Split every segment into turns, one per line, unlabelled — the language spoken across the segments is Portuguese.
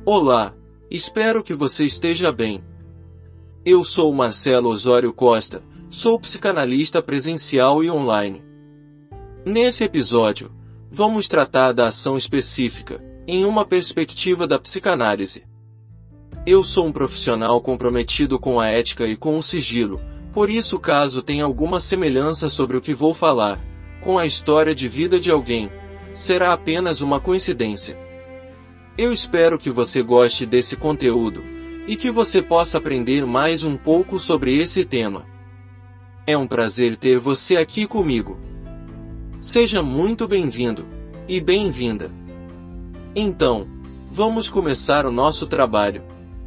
Olá, espero que você esteja bem. Eu sou Marcelo Osório Costa, sou psicanalista presencial e online. Nesse episódio, vamos tratar da ação específica, em uma perspectiva da psicanálise. Eu sou um profissional comprometido com a ética e com o sigilo, por isso caso tenha alguma semelhança sobre o que vou falar, com a história de vida de alguém, será apenas uma coincidência. Eu espero que você goste desse conteúdo, e que você possa aprender mais um pouco sobre esse tema. É um prazer ter você aqui comigo. Seja muito bem-vindo, e bem-vinda. Então, vamos começar o nosso trabalho.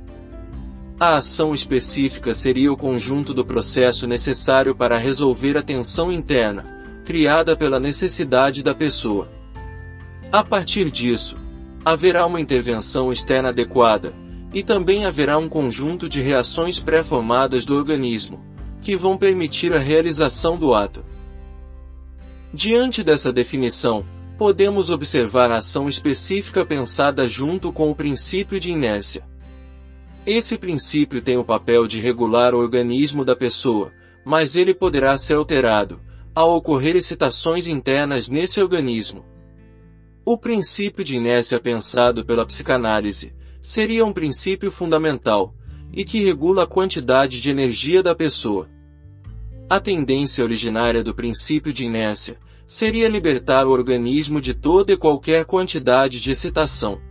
A ação específica seria o conjunto do processo necessário para resolver a tensão interna, criada pela necessidade da pessoa. A partir disso, haverá uma intervenção externa adequada, e também haverá um conjunto de reações pré-formadas do organismo, que vão permitir a realização do ato. Diante dessa definição, podemos observar a ação específica pensada junto com o princípio de inércia. Esse princípio tem o papel de regular o organismo da pessoa, mas ele poderá ser alterado, ao ocorrer excitações internas nesse organismo. O princípio de inércia pensado pela psicanálise seria um princípio fundamental, e que regula a quantidade de energia da pessoa. A tendência originária do princípio de inércia seria libertar o organismo de toda e qualquer quantidade de excitação.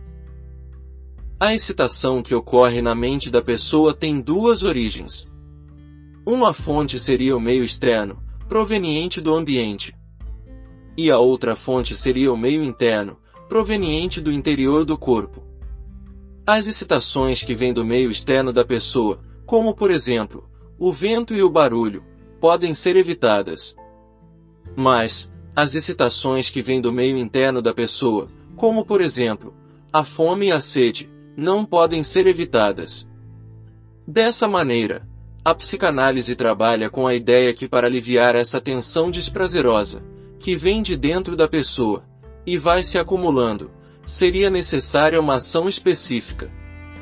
A excitação que ocorre na mente da pessoa tem duas origens. Uma fonte seria o meio externo, proveniente do ambiente. E a outra fonte seria o meio interno, proveniente do interior do corpo. As excitações que vêm do meio externo da pessoa, como por exemplo, o vento e o barulho, podem ser evitadas. Mas, as excitações que vêm do meio interno da pessoa, como por exemplo, a fome e a sede, não podem ser evitadas. Dessa maneira, a psicanálise trabalha com a ideia que para aliviar essa tensão desprazerosa, que vem de dentro da pessoa, e vai se acumulando, seria necessária uma ação específica.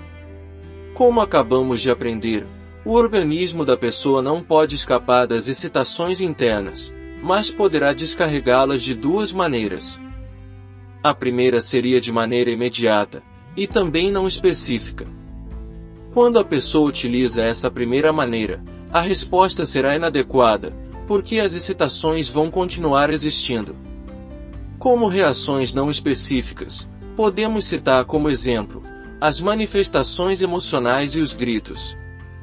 Como acabamos de aprender, o organismo da pessoa não pode escapar das excitações internas, mas poderá descarregá-las de duas maneiras. A primeira seria de maneira imediata, e também não específica. Quando a pessoa utiliza essa primeira maneira, a resposta será inadequada, porque as excitações vão continuar existindo. Como reações não específicas, podemos citar como exemplo, as manifestações emocionais e os gritos.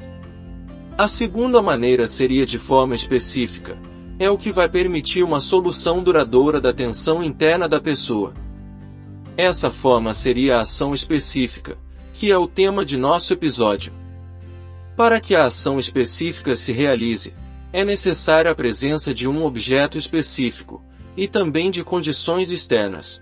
A segunda maneira seria de forma específica, é o que vai permitir uma solução duradoura da tensão interna da pessoa. Essa forma seria a ação específica, que é o tema de nosso episódio. Para que a ação específica se realize, é necessária a presença de um objeto específico, e também de condições externas.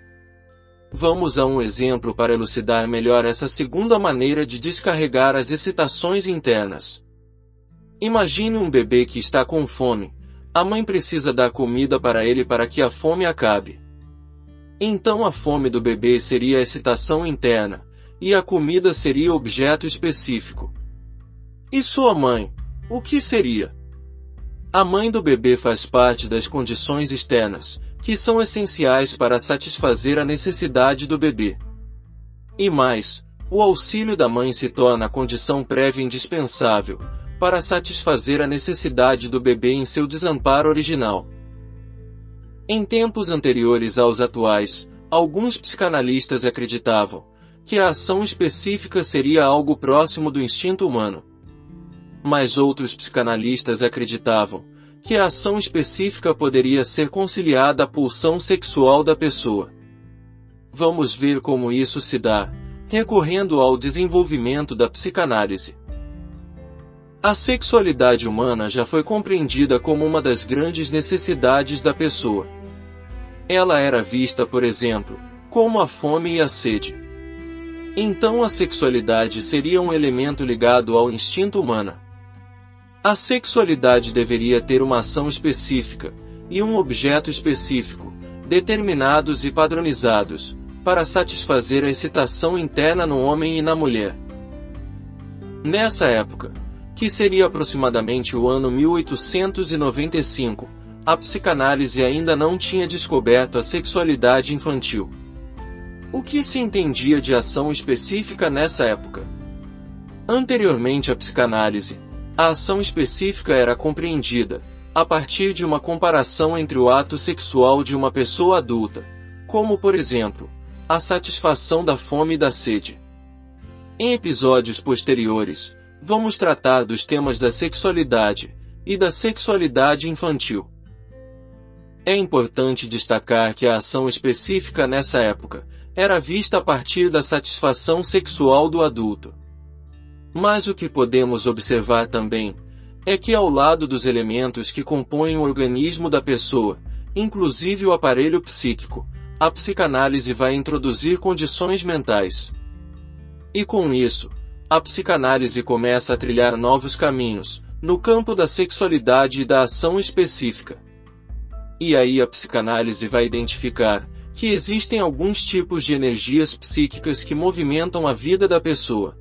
Vamos a um exemplo para elucidar melhor essa segunda maneira de descarregar as excitações internas. Imagine um bebê que está com fome. A mãe precisa dar comida para ele para que a fome acabe. Então a fome do bebê seria a excitação interna, e a comida seria o objeto específico. E sua mãe, o que seria? A mãe do bebê faz parte das condições externas, que são essenciais para satisfazer a necessidade do bebê. E mais, o auxílio da mãe se torna a condição prévia indispensável, para satisfazer a necessidade do bebê em seu desamparo original. Em tempos anteriores aos atuais, alguns psicanalistas acreditavam que a ação específica seria algo próximo do instinto humano. Mas outros psicanalistas acreditavam que a ação específica poderia ser conciliada à pulsão sexual da pessoa. Vamos ver como isso se dá, recorrendo ao desenvolvimento da psicanálise. A sexualidade humana já foi compreendida como uma das grandes necessidades da pessoa. Ela era vista, por exemplo, como a fome e a sede. Então a sexualidade seria um elemento ligado ao instinto humano. A sexualidade deveria ter uma ação específica, e um objeto específico, determinados e padronizados, para satisfazer a excitação interna no homem e na mulher. Nessa época, que seria aproximadamente o ano 1895, a psicanálise ainda não tinha descoberto a sexualidade infantil. O que se entendia de ação específica nessa época? Anteriormente à psicanálise, a ação específica era compreendida a partir de uma comparação entre o ato sexual de uma pessoa adulta, como por exemplo, a satisfação da fome e da sede. Em episódios posteriores, vamos tratar dos temas da sexualidade e da sexualidade infantil. É importante destacar que a ação específica nessa época era vista a partir da satisfação sexual do adulto. Mas o que podemos observar também é que ao lado dos elementos que compõem o organismo da pessoa, inclusive o aparelho psíquico, a psicanálise vai introduzir condições mentais. E com isso, a psicanálise começa a trilhar novos caminhos, no campo da sexualidade e da ação específica. E aí a psicanálise vai identificar que existem alguns tipos de energias psíquicas que movimentam a vida da pessoa.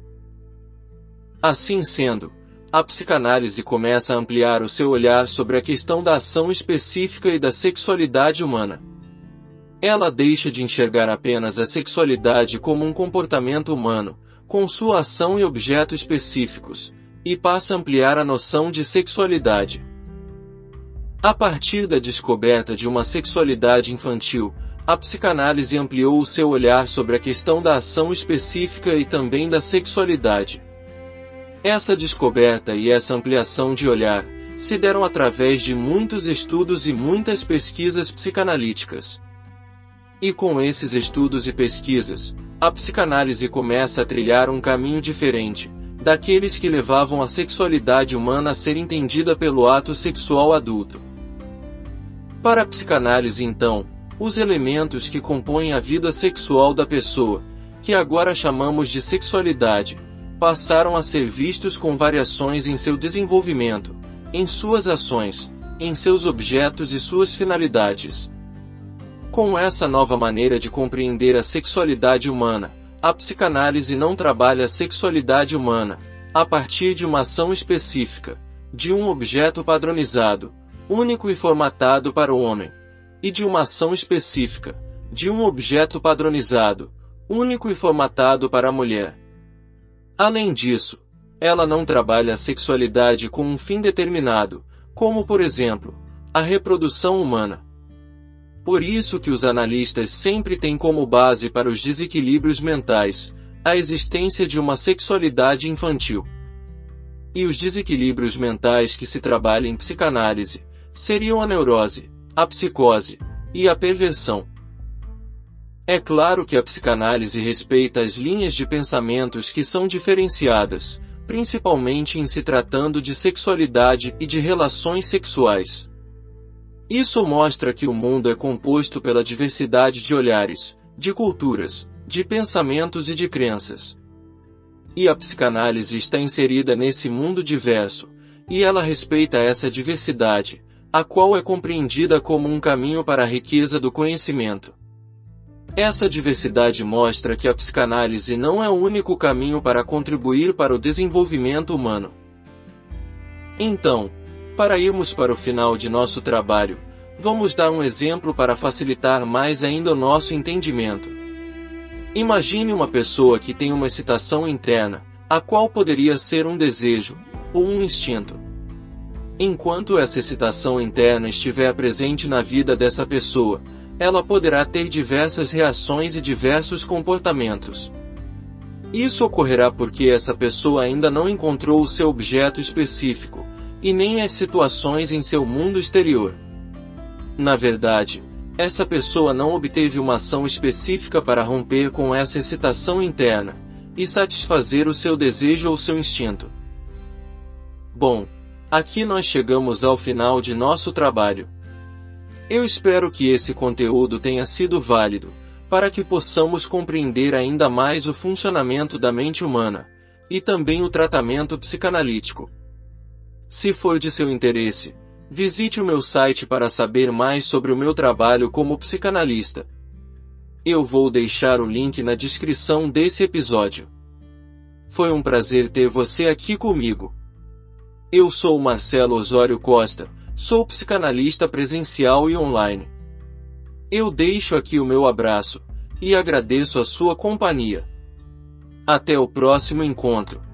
Assim sendo, a psicanálise começa a ampliar o seu olhar sobre a questão da ação específica e da sexualidade humana. Ela deixa de enxergar apenas a sexualidade como um comportamento humano, com sua ação e objeto específicos, e passa a ampliar a noção de sexualidade. A partir da descoberta de uma sexualidade infantil, a psicanálise ampliou o seu olhar sobre a questão da ação específica e também da sexualidade. Essa descoberta e essa ampliação de olhar se deram através de muitos estudos e muitas pesquisas psicanalíticas. E com esses estudos e pesquisas, a psicanálise começa a trilhar um caminho diferente daqueles que levavam a sexualidade humana a ser entendida pelo ato sexual adulto. Para a psicanálise, então, os elementos que compõem a vida sexual da pessoa, que agora chamamos de sexualidade, passaram a ser vistos com variações em seu desenvolvimento, em suas ações, em seus objetos e suas finalidades. Com essa nova maneira de compreender a sexualidade humana, a psicanálise não trabalha a sexualidade humana a partir de uma ação específica, de um objeto padronizado, único e formatado para o homem, e de uma ação específica, de um objeto padronizado, único e formatado para a mulher. Além disso, ela não trabalha a sexualidade com um fim determinado, como por exemplo, a reprodução humana. Por isso que os analistas sempre têm como base para os desequilíbrios mentais a existência de uma sexualidade infantil. E os desequilíbrios mentais que se trabalham em psicanálise seriam a neurose, a psicose e a perversão. É claro que a psicanálise respeita as linhas de pensamentos que são diferenciadas, principalmente em se tratando de sexualidade e de relações sexuais. Isso mostra que o mundo é composto pela diversidade de olhares, de culturas, de pensamentos e de crenças. E a psicanálise está inserida nesse mundo diverso, e ela respeita essa diversidade, a qual é compreendida como um caminho para a riqueza do conhecimento. Essa diversidade mostra que a psicanálise não é o único caminho para contribuir para o desenvolvimento humano. Então, para irmos para o final de nosso trabalho, vamos dar um exemplo para facilitar mais ainda o nosso entendimento. Imagine uma pessoa que tem uma excitação interna, a qual poderia ser um desejo, ou um instinto. Enquanto essa excitação interna estiver presente na vida dessa pessoa, ela poderá ter diversas reações e diversos comportamentos. Isso ocorrerá porque essa pessoa ainda não encontrou o seu objeto específico, e nem as situações em seu mundo exterior. Na verdade, essa pessoa não obteve uma ação específica para romper com essa excitação interna, e satisfazer o seu desejo ou seu instinto. Bom, aqui nós chegamos ao final de nosso trabalho. Eu espero que esse conteúdo tenha sido válido, para que possamos compreender ainda mais o funcionamento da mente humana, e também o tratamento psicanalítico. Se for de seu interesse, visite o meu site para saber mais sobre o meu trabalho como psicanalista. Eu vou deixar o link na descrição desse episódio. Foi um prazer ter você aqui comigo. Eu sou Marcelo Osório Costa, sou psicanalista presencial e online. Eu deixo aqui o meu abraço, e agradeço a sua companhia. Até o próximo encontro.